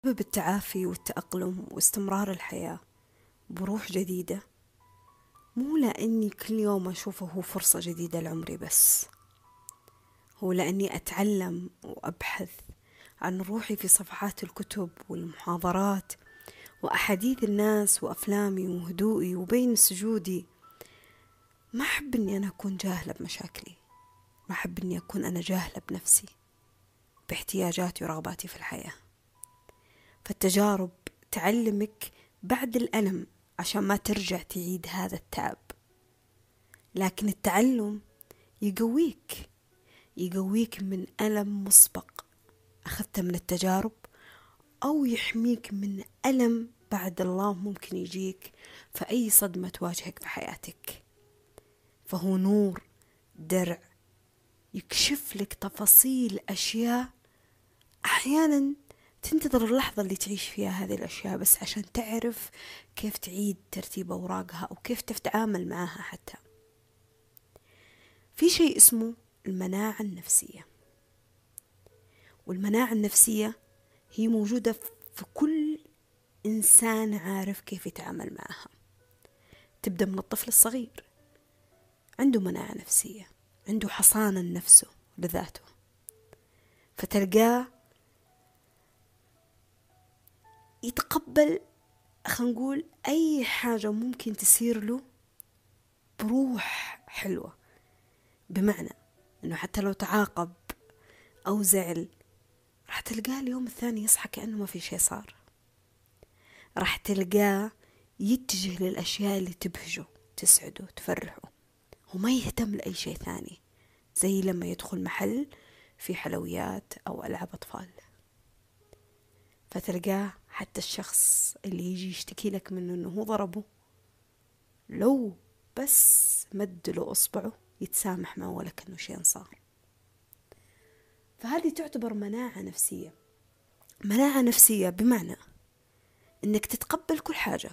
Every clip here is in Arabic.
سبب التعافي والتأقلم واستمرار الحياة بروح جديدة، مو لأني كل يوم أشوفه هو فرصة جديدة لعمري، بس هو لأني أتعلم وأبحث عن روحي في صفحات الكتب والمحاضرات وأحاديث الناس وأفلامي وهدوئي وبين سجودي. ما أحب أني أنا أكون جاهلة بمشاكلي، ما أحب أني أكون أنا جاهلة بنفسي، باحتياجاتي ورغباتي في الحياة. فالتجارب تعلمك بعد الألم عشان ما ترجع تعيد هذا التعب، لكن التعلم يقويك من ألم مسبق أخذته من التجارب، أو يحميك من ألم بعد الله ممكن يجيك في أي صدمة تواجهك في حياتك. فهو نور، درع، يكشف لك تفاصيل أشياء أحيانا تنتظر اللحظة اللي تعيش فيها هذه الأشياء بس عشان تعرف كيف تعيد ترتيب أوراقها أو كيف تتعامل معها. حتى في شيء اسمه المناعة النفسية، والمناعة النفسية هي موجودة في كل إنسان عارف كيف يتعامل معها. تبدأ من الطفل الصغير، عنده مناعة نفسية، عنده حصانة نفسه لذاته، فتلقاه يتقبل، خلينا نقول، أي حاجة ممكن تصير له بروح حلوة. بمعنى أنه حتى لو تعاقب أو زعل، راح تلقاه اليوم الثاني يصحى كأنه ما في شيء صار. راح تلقاه يتجه للأشياء اللي تبهجه، تسعده، تفرحه، وما يهتم لأي شيء ثاني، زي لما يدخل محل في حلويات أو ألعاب أطفال. فتلقاه حتى الشخص اللي يجي يشتكي لك منه أنه هو ضربه، لو بس مد له أصبعه يتسامح معه ولا كأنه شيء صار. فهذه تعتبر مناعة نفسية. مناعة نفسية بمعنى أنك تتقبل كل حاجة،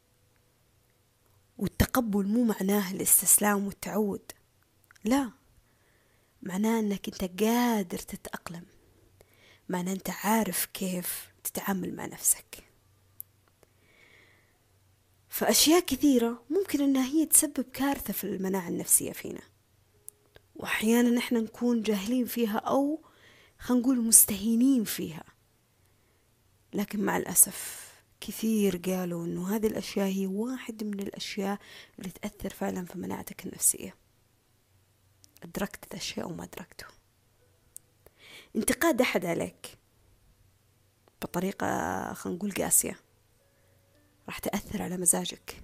والتقبل مو معناه الاستسلام والتعود، لا، معناه أنك أنت قادر تتأقلم، معناه أنت عارف كيف تتعامل مع نفسك. فأشياء كثيرة ممكن أنها هي تسبب كارثة في المناعة النفسية فينا، وأحيانا إحنا نكون جاهلين فيها أو خلينا نقول مستهينين فيها. لكن مع الأسف كثير قالوا أنه هذه الأشياء هي واحد من الأشياء اللي تأثر فعلا في مناعتك النفسية. أدركت ذا الشيء أو ما أدركته. انتقاد أحد عليك بطريقة خلينا نقول قاسية راح تأثر على مزاجك.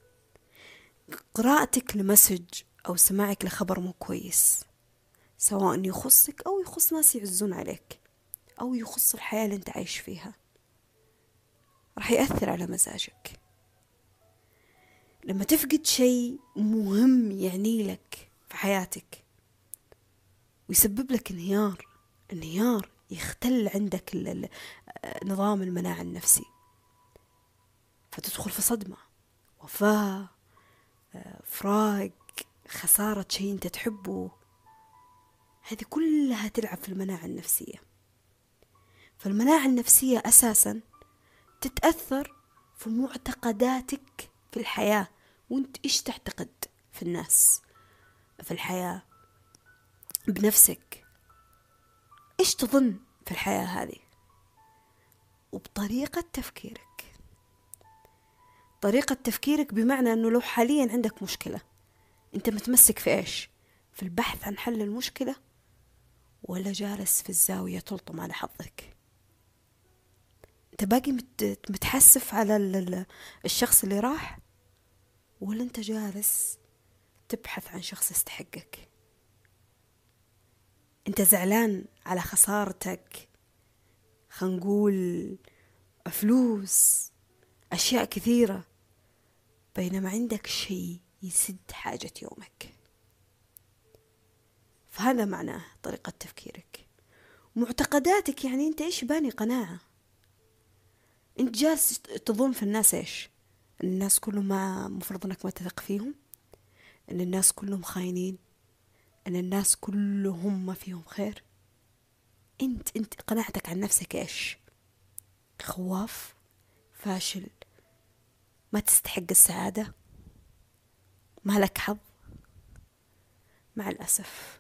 قراءتك لمسج أو سماعك لخبر مو كويس، سواء يخصك أو يخص ناس يعزون عليك أو يخص الحياة اللي انت عايش فيها، راح يأثر على مزاجك. لما تفقد شيء مهم يعني لك في حياتك ويسبب لك انهيار يختل عندك نظام المناعة النفسي، فتدخل في صدمة، وفاة، فراق، خسارة شيء انت تحبه، هذه كلها تلعب في المناعة النفسية. فالمناعة النفسية أساسا تتأثر في معتقداتك في الحياة، وانت ايش تعتقد في الناس، في الحياة، بنفسك، ايش تظن في الحياة هذه، وبطريقة تفكيرك. طريقة تفكيرك بمعنى أنه لو حاليا عندك مشكلة، أنت متمسك في إيش؟ في البحث عن حل المشكلة، ولا جالس في الزاوية تلطم على حظك؟ أنت باقي متحسف على الشخص اللي راح، ولا أنت جالس تبحث عن شخص يستحقك؟ أنت زعلان على خسارتك، خلينا نقول فلوس، أشياء كثيرة، بينما عندك شيء يسد حاجة يومك. فهذا معناه طريقة تفكيرك. معتقداتك يعني أنت إيش باني قناعة؟ أنت جالس تظن في الناس إيش؟ أن الناس كلهم ما مفروض أنك ما تثق فيهم، أن الناس كلهم خاينين، أن الناس كلهم ما فيهم خير. أنت قناعتك عن نفسك إيش؟ خواف، فاشل، ما تستحق السعادة، ما لك حظ. مع الأسف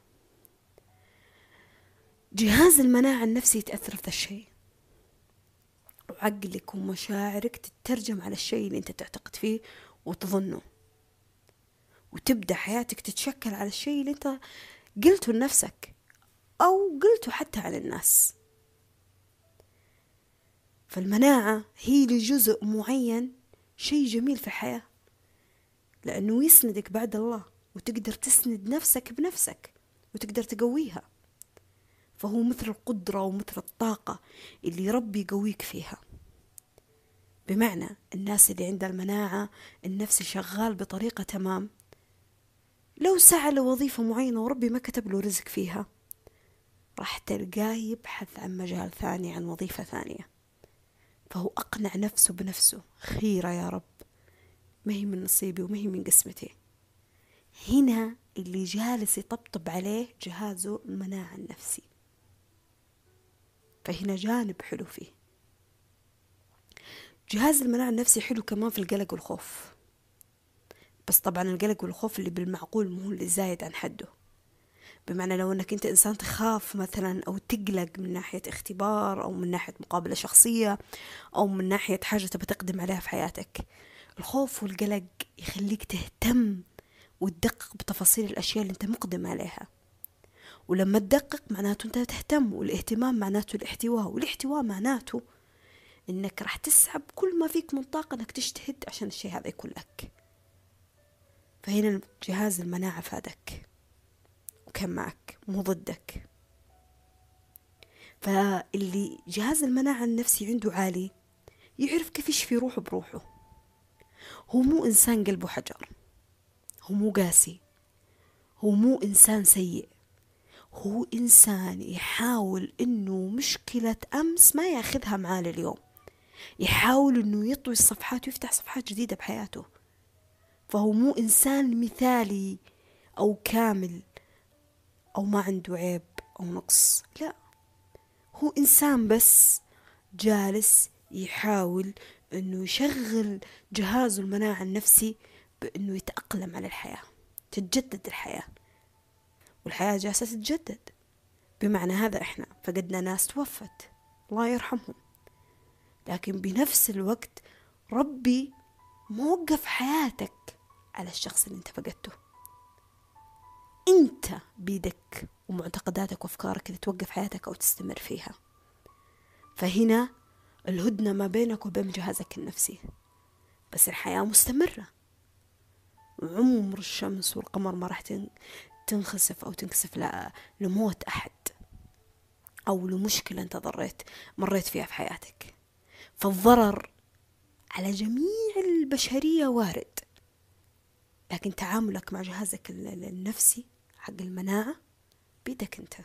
جهاز المناعة النفسي يتأثر في ذا الشيء، وعقلك ومشاعرك تترجم على الشيء اللي انت تعتقد فيه وتظنه، وتبدأ حياتك تتشكل على الشيء اللي انت قلته لنفسك أو قلته حتى على الناس. فالمناعة هي لجزء معين شيء جميل في الحياة، لأنه يسندك بعد الله، وتقدر تسند نفسك بنفسك وتقدر تقويها. فهو مثل القدرة ومثل الطاقة اللي ربي يقويك فيها. بمعنى الناس اللي عندها المناعة النفسي شغال بطريقة تمام، لو سعى لوظيفة معينة وربي ما كتب له رزق فيها، راح تلقاه يبحث عن مجال ثاني، عن وظيفة ثانية. فهو أقنع نفسه بنفسه، خيرة يا رب، ما هي من نصيبي وما هي من قسمتي. هنا اللي جالس يطبطب عليه جهازه المناعة النفسي. فهنا جانب حلو فيه. جهاز المناعة النفسي حلو كمان في القلق والخوف، بس طبعا القلق والخوف اللي بالمعقول، مو اللي زايد عن حده. بمعنى لو انك انت انسان تخاف مثلا او تقلق من ناحية اختبار او من ناحية مقابلة شخصية او من ناحية حاجة تبى تقدم عليها في حياتك، الخوف والقلق يخليك تهتم وتدقق بتفاصيل الاشياء اللي انت مقدم عليها. ولما تدقق معناته انت تهتم، والاهتمام معناته الاحتواء، والاحتواء معناته انك راح تسحب كل ما فيك من طاقة انك تجتهد عشان الشيء هذا يكون لك. فهنا جهاز المناعة فادك وكان معك مو ضدك. فاللي جهاز المناعة النفسي عنده عالي يعرف كيف يشفي روحه بروحه. هو مو إنسان قلبه حجر، هو مو قاسي، هو مو إنسان سيء، هو إنسان يحاول إنه مشكلة أمس ما ياخذها معاه لليوم، يحاول إنه يطوي الصفحات ويفتح صفحات جديدة بحياته. فهو مو إنسان مثالي أو كامل أو ما عنده عيب أو نقص، لا، هو إنسان بس جالس يحاول إنه يشغل جهازه المناعة النفسي بإنه يتأقلم على الحياة. تتجدد الحياة، والحياة جالسة تتجدد. بمعنى هذا إحنا فقدنا ناس توفت، الله يرحمهم، لكن بنفس الوقت ربي موقف حياتك على الشخص اللي انت فقدته. انت بيدك ومعتقداتك وافكارك اللي توقف حياتك او تستمر فيها. فهنا الهدنة ما بينك وبين جهازك النفسي، بس الحياة مستمرة. عمر الشمس والقمر ما راح تنخسف او تنكسف لموت احد او لمشكلة انت مريت فيها في حياتك. فالضرر على جميع البشرية وارد، لكن تعاملك مع جهازك النفسي حق المناعة بيدك انت.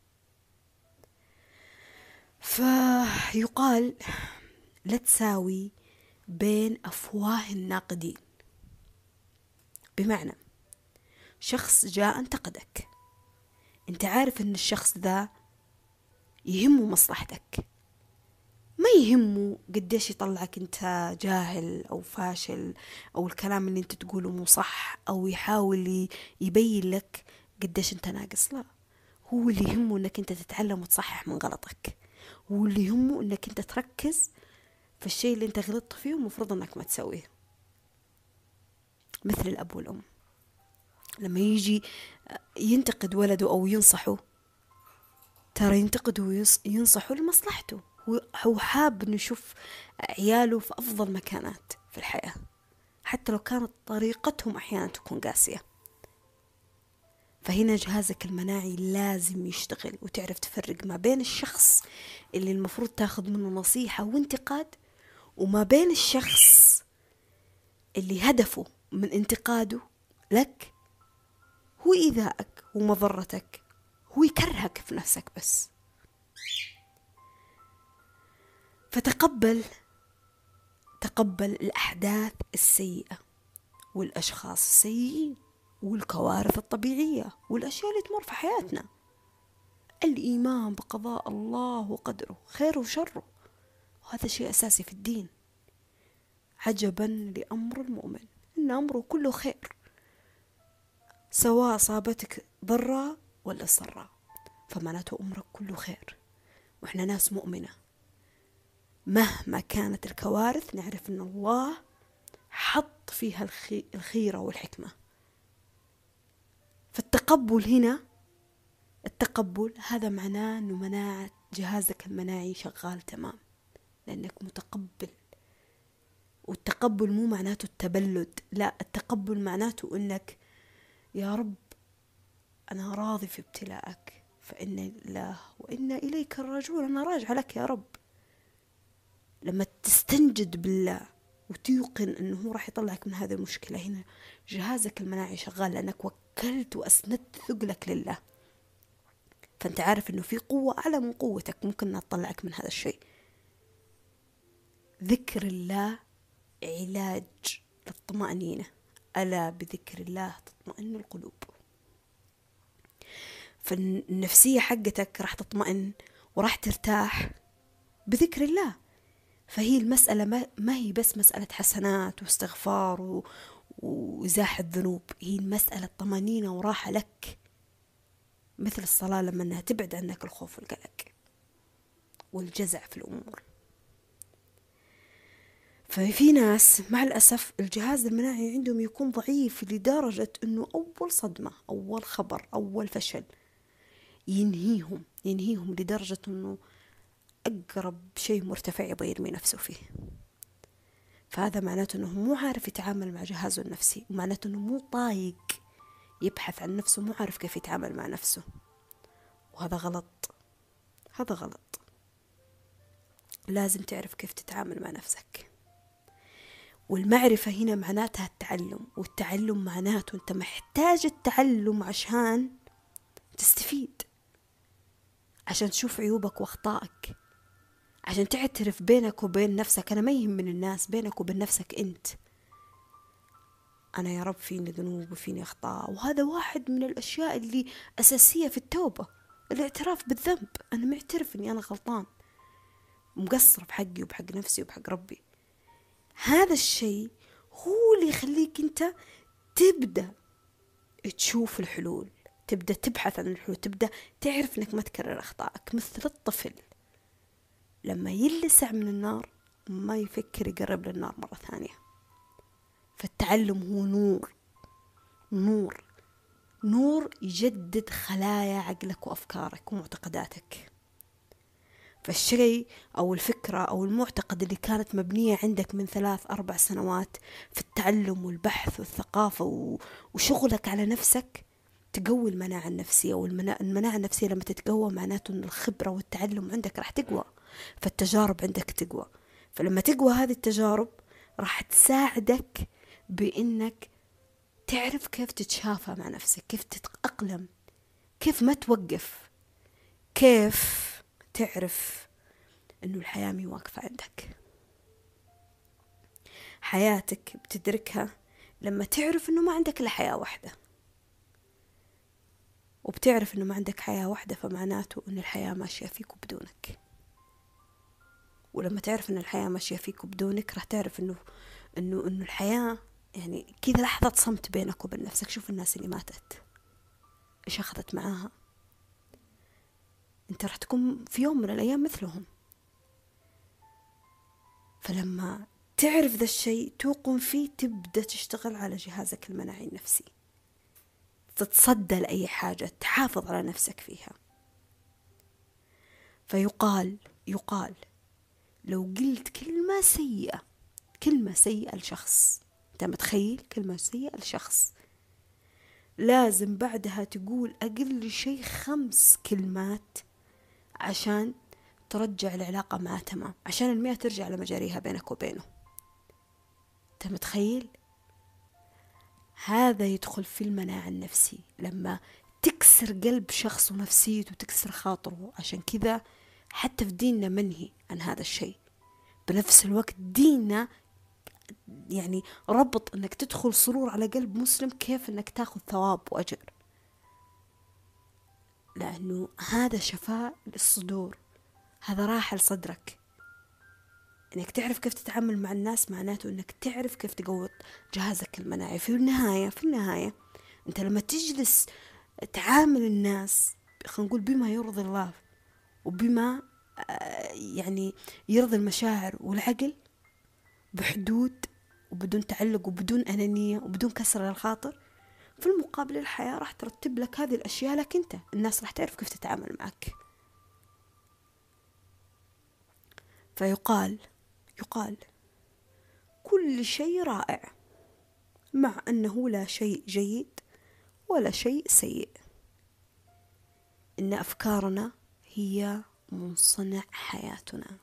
فيقال لا تساوي بين أفواه الناقدين. بمعنى شخص جاء انتقدك، انت عارف ان الشخص ذا يهمه مصلحتك، ما يهمه قديش يطلعك انت جاهل او فاشل او الكلام اللي انت تقوله مو صح، او يحاول يبين لك قديش انت ناقص. لا، هو اللي يهمه انك انت تتعلم وتصحح من غلطك، هو اللي يهمه انك انت تركز في الشيء اللي انت غلطت فيه ومفروض انك ما تسويه. مثل الاب والام لما يجي ينتقد ولده او ينصحه، ترى ينتقده وينصحه لمصلحته، هو حاب انه يشوف عياله في افضل مكانات في الحياة، حتى لو كانت طريقتهم احيانا تكون قاسية. فهنا جهازك المناعي لازم يشتغل، وتعرف تفرق ما بين الشخص اللي المفروض تاخذ منه نصيحة وانتقاد، وما بين الشخص اللي هدفه من انتقاده لك هو إيذائك ومضرتك، هو يكرهك في نفسك بس. فتقبل الأحداث السيئة والأشخاص السيئين والكوارث الطبيعية والأشياء اللي تمر في حياتنا. الإيمان بقضاء الله وقدره خيره وشره، وهذا شيء أساسي في الدين. عجبا لأمر المؤمن إن أمره كله خير، سواء أصابتك ضرة ولا سرة، فمعناته أمرك كله خير. وإحنا ناس مؤمنة، مهما كانت الكوارث نعرف إن الله حط فيها الخيرة والحكمة. فالتقبل هنا، التقبل هذا معناه إنه جهازك المناعي شغال تمام، لأنك متقبل. والتقبل مو معناته التبلد، لا، التقبل معناته إنك يا رب أنا راضي في ابتلاءك، فإن الله وإنا إليك الراجعون، أنا راجع لك يا رب. لما تستنجد بالله وتيقن أنه هو راح يطلعك من هذه المشكلة، هنا جهازك المناعي شغال، لأنك وكلت وأسندت ثقلك لله. فأنت عارف أنه في قوة أعلى من قوتك ممكن أن تطلعك من هذا الشيء. ذكر الله علاج للطمأنينة، ألا بذكر الله تطمئن القلوب. فالنفسية حقتك راح تطمئن وراح ترتاح بذكر الله. فهي المسألة ما هي بس مسألة حسنات واستغفار وإزاحة ذنوب، هي المسألة طمأنينة وراحة لك، مثل الصلاة لما أنها تبعد عنك الخوف والقلق والجزع في الأمور. ففي ناس مع الأسف الجهاز المناعي عندهم يكون ضعيف لدرجة أنه أول صدمة، أول خبر، أول فشل ينهيهم لدرجة أنه أقرب شيء مرتفع يبغى يرمي نفسه فيه. فهذا معناته أنه مو عارف يتعامل مع جهازه النفسي، ومعناته أنه مو طايق يبحث عن نفسه، مو عارف كيف يتعامل مع نفسه. وهذا غلط، هذا غلط. لازم تعرف كيف تتعامل مع نفسك. والمعرفة هنا معناتها التعلم، والتعلم معناته أنت محتاج التعلم عشان تستفيد، عشان تشوف عيوبك وأخطائك، عشان تعترف بينك وبين نفسك. أنا ما يهمني الناس، بينك وبين نفسك أنت. أنا يا رب فيني ذنوب وفيني أخطاء، وهذا واحد من الأشياء اللي أساسية في التوبة، الاعتراف بالذنب. أنا معترف أني أنا غلطان، مقصر بحقي وبحق نفسي وبحق ربي. هذا الشيء هو اللي يخليك أنت تبدأ تشوف الحلول، تبدأ تبحث عن الحلول، تبدأ تعرف أنك ما تكرر أخطائك. مثل الطفل لما يلسع من النار ما يفكر يقرب للنار مرة ثانية. فالتعلم هو نور يجدد خلايا عقلك وأفكارك ومعتقداتك. فالشيء أو الفكرة أو المعتقد اللي كانت مبنية عندك من 3-4 سنوات في التعلم والبحث والثقافة وشغلك على نفسك، تقوي المناعة النفسية. والمناعة النفسية لما تتقوى معناته أن الخبرة والتعلم عندك راح تقوى، فالتجارب عندك تقوى. فلما تقوى هذه التجارب راح تساعدك بأنك تعرف كيف تتشافى مع نفسك، كيف تتأقلم، كيف ما توقف، كيف تعرف أنه الحياة مي واقفة عندك. حياتك بتدركها لما تعرف أنه ما عندك إلا حياة واحدة. وبتعرف أنه ما عندك حياة واحدة فمعناته أن الحياة ماشية فيك وبدونك. ولما تعرف أن الحياة ماشية فيك وبدونك راح تعرف أنه الحياة يعني كذا لحظة صمت بينك وبين نفسك. شوف الناس اللي ماتت إيش أخذت معاها، أنت راح تكون في يوم من الأيام مثلهم. فلما تعرف ذا الشيء توقن فيه، تبدأ تشتغل على جهازك المناعي النفسي، تتصدى لأي حاجة تحافظ على نفسك فيها. فيقال لو قلت كلمة سيئة لشخص، أنت متخيل كلمة سيئة لشخص، لازم بعدها تقول أقل شيء 5 كلمات عشان ترجع العلاقة معه تمام، عشان المياه ترجع لمجاريها بينك وبينه. أنت متخيل؟ هذا يدخل في المناعة النفسي، لما تكسر قلب شخص ونفسيته وتكسر خاطره. عشان كذا حتى في ديننا منهي عن هذا الشيء. بنفس الوقت ديننا يعني ربط انك تدخل سرور على قلب مسلم كيف انك تاخذ ثواب واجر، لانه هذا شفاء للصدور، هذا راحة لصدرك. إنك تعرف كيف تتعامل مع الناس معناته إنك تعرف كيف تقوي جهازك المناعي. في النهاية أنت لما تجلس تعامل الناس، خلينا نقول بما يرضي الله وبما يعني يرضي المشاعر والعقل، بحدود وبدون تعلق وبدون أنانية وبدون كسر للخاطر، في المقابل الحياة راح ترتب لك هذه الأشياء لك أنت. الناس راح تعرف كيف تتعامل معك. فيقال كل شيء رائع، مع أنه لا شيء جيد ولا شيء سيء. إن أفكارنا هي منصنع حياتنا.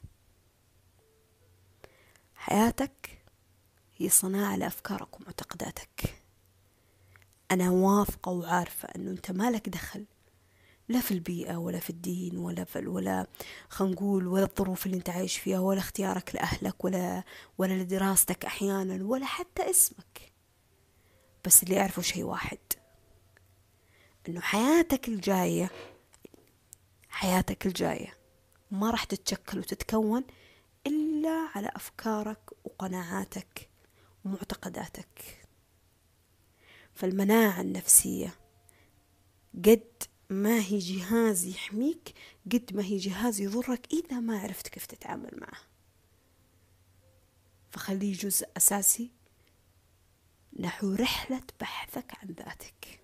حياتك هي صناعة لأفكارك ومعتقداتك. أنا واثقة وعارفة أنه أنت مالك دخل لا في البيئة ولا في الدين ولا خلينا نقول ولا الظروف اللي أنت عايش فيها ولا اختيارك لأهلك ولا لدراستك أحيانا ولا حتى اسمك. بس اللي أعرفه شيء واحد، أنه حياتك الجاية ما راح تتشكل وتتكون إلا على أفكارك وقناعاتك ومعتقداتك. فالمناعة النفسية قد ما هي جهاز يحميك، قد ما هي جهاز يضرك إذا ما عرفت كيف تتعامل معه. فخليه جزء أساسي نحو رحلة بحثك عن ذاتك.